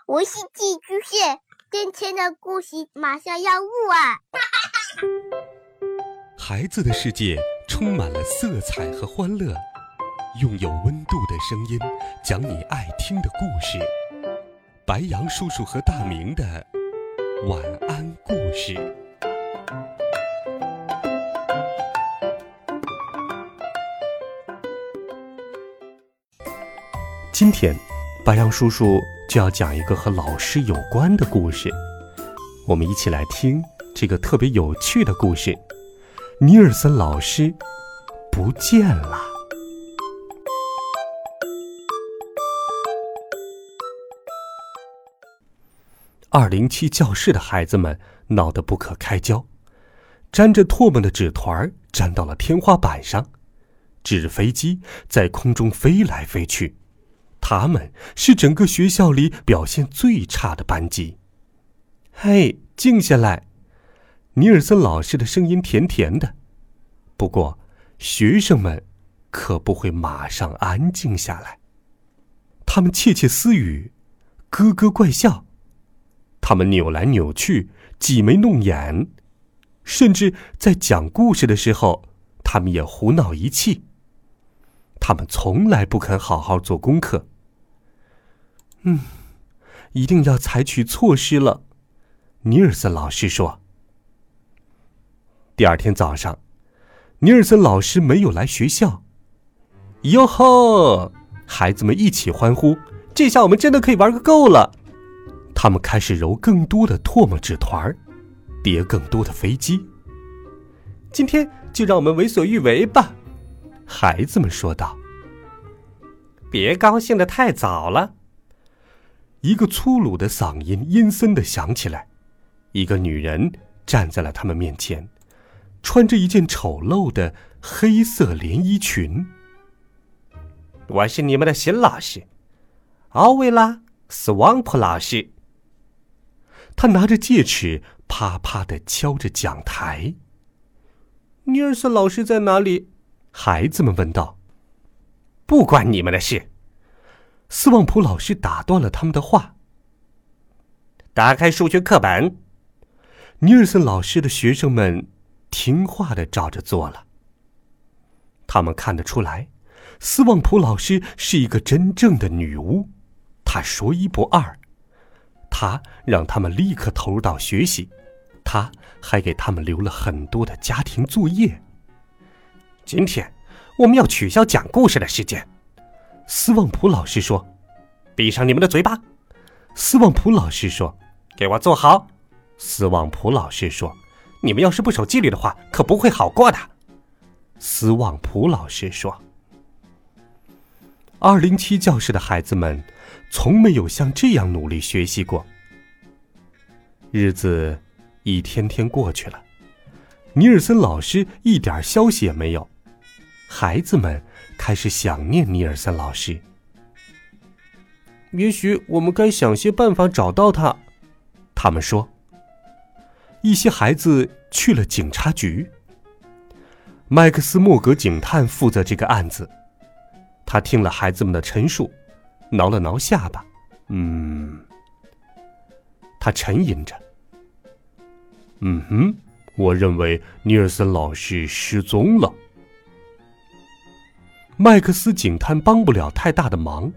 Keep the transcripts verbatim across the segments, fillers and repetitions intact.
我是寄居蟹，今天的故事马上要录啊！ 孩子的世界充满了色彩和欢乐，用有温度的声音讲你爱听的故事。白羊叔叔和大明的晚安故事。今天白羊叔叔就要讲一个和老师有关的故事，我们一起来听这个特别有趣的故事。尼尔森老师不见了。二零七教室的孩子们闹得不可开交，沾着唾沫的纸团粘到了天花板上，纸飞机在空中飞来飞去。他们是整个学校里表现最差的班级。嘿，静下来！尼尔森老师的声音甜甜的。不过，学生们可不会马上安静下来。他们窃窃私语，咯咯怪笑。他们扭来扭去，挤眉弄眼，甚至在讲故事的时候，他们也胡闹一气。他们从来不肯好好做功课。嗯，一定要采取措施了，尼尔森老师说。第二天早上，尼尔森老师没有来学校。哟吼！孩子们一起欢呼，这下我们真的可以玩个够了。他们开始揉更多的唾沫纸团，叠更多的飞机。今天就让我们为所欲为吧，孩子们说道。别高兴得太早了。一个粗鲁的嗓音阴森地响起来，一个女人站在了他们面前，穿着一件丑陋的黑色连衣裙。我是你们的新老师，奥维拉·斯旺普老师。他拿着戒尺，啪啪地敲着讲台。尼尔森老师在哪里？孩子们问道。不关你们的事。斯旺普老师打断了他们的话。打开数学课本。尼尔森老师的学生们听话地照着做了。他们看得出来，斯旺普老师是一个真正的女巫，她说一不二。她让他们立刻投入到学习，她还给他们留了很多的家庭作业。今天我们要取消讲故事的时间，斯旺普老师说。闭上你们的嘴巴，斯旺普老师说。给我坐好，斯旺普老师说。你们要是不守纪律的话，可不会好过的，斯旺普老师说。二零七教室的孩子们从没有像这样努力学习过。日子一天天过去了，尼尔森老师一点消息也没有。孩子们开始想念尼尔森老师。也许我们该想些办法找到他，他们说。一些孩子去了警察局。麦克斯·莫格警探负责这个案子。他听了孩子们的陈述，挠了挠下巴。嗯，他沉吟着。嗯哼，我认为尼尔森老师失踪了。麦克斯警探帮不了太大的忙。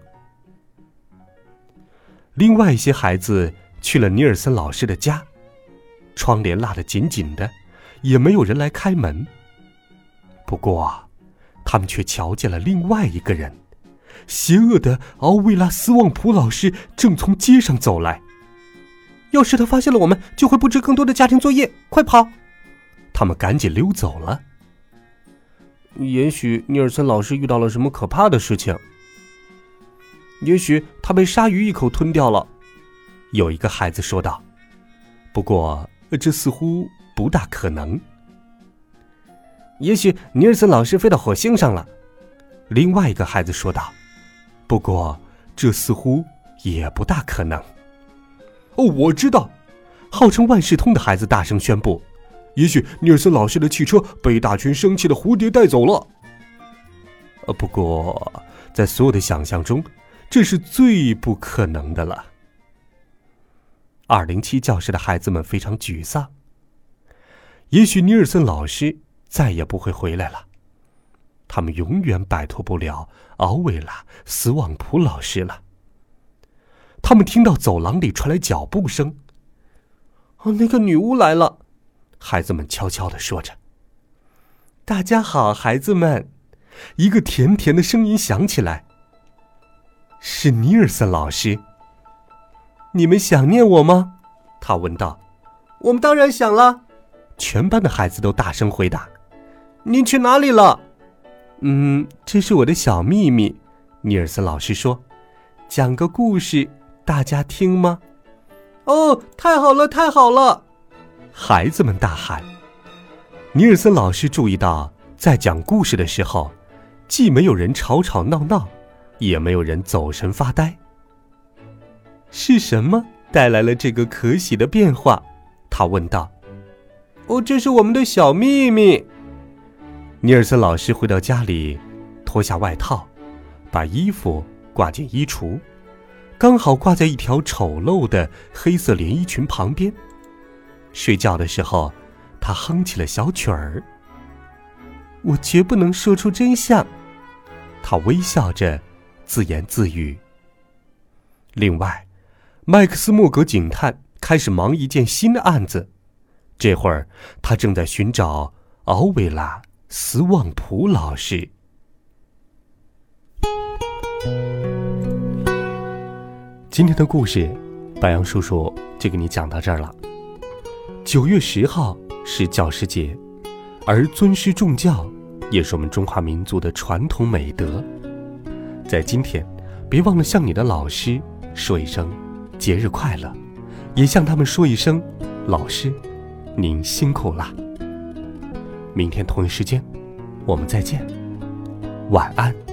另外一些孩子去了尼尔森老师的家，窗帘拉得紧紧的，也没有人来开门。不过他们却瞧见了另外一个人，邪恶的奥维拉·斯旺普老师正从街上走来。要是他发现了我们，就会布置更多的家庭作业，快跑！他们赶紧溜走了。也许尼尔森老师遇到了什么可怕的事情，也许他被鲨鱼一口吞掉了，有一个孩子说道。不过这似乎不大可能。也许尼尔森老师飞到火星上了，另外一个孩子说道。不过这似乎也不大可能。哦，我知道，号称万事通的孩子大声宣布，也许尼尔森老师的汽车被一大群生气的蝴蝶带走了。呃，不过在所有的想象中，这是最不可能的了。 二零七教室的孩子们非常沮丧。也许尼尔森老师再也不会回来了，他们永远摆脱不了奥维拉·斯旺普老师了。他们听到走廊里传来脚步声。哦，那个女巫来了，孩子们悄悄地说着。大家好，孩子们，一个甜甜的声音响起来。是尼尔森老师。你们想念我吗？他问道。我们当然想了，全班的孩子都大声回答。您去哪里了？嗯，这是我的小秘密，尼尔森老师说。讲个故事，大家听吗？哦，太好了，太好了！孩子们大喊。尼尔森老师注意到，在讲故事的时候，既没有人吵吵闹闹，也没有人走神发呆。是什么带来了这个可喜的变化？他问道。哦，这是我们的小秘密。尼尔森老师回到家里，脱下外套，把衣服挂进衣橱，刚好挂在一条丑陋的黑色连衣裙旁边。睡觉的时候，他哼起了小曲儿。我绝不能说出真相，他微笑着自言自语。另外，麦克斯·莫格警探开始忙一件新的案子，这会儿他正在寻找奥维拉·斯旺普老师。今天的故事，白杨叔叔就给你讲到这儿了。九月十号是教师节，而尊师重教也是我们中华民族的传统美德。在今天，别忘了向你的老师说一声节日快乐，也向他们说一声老师您辛苦了。明天同一时间我们再见，晚安。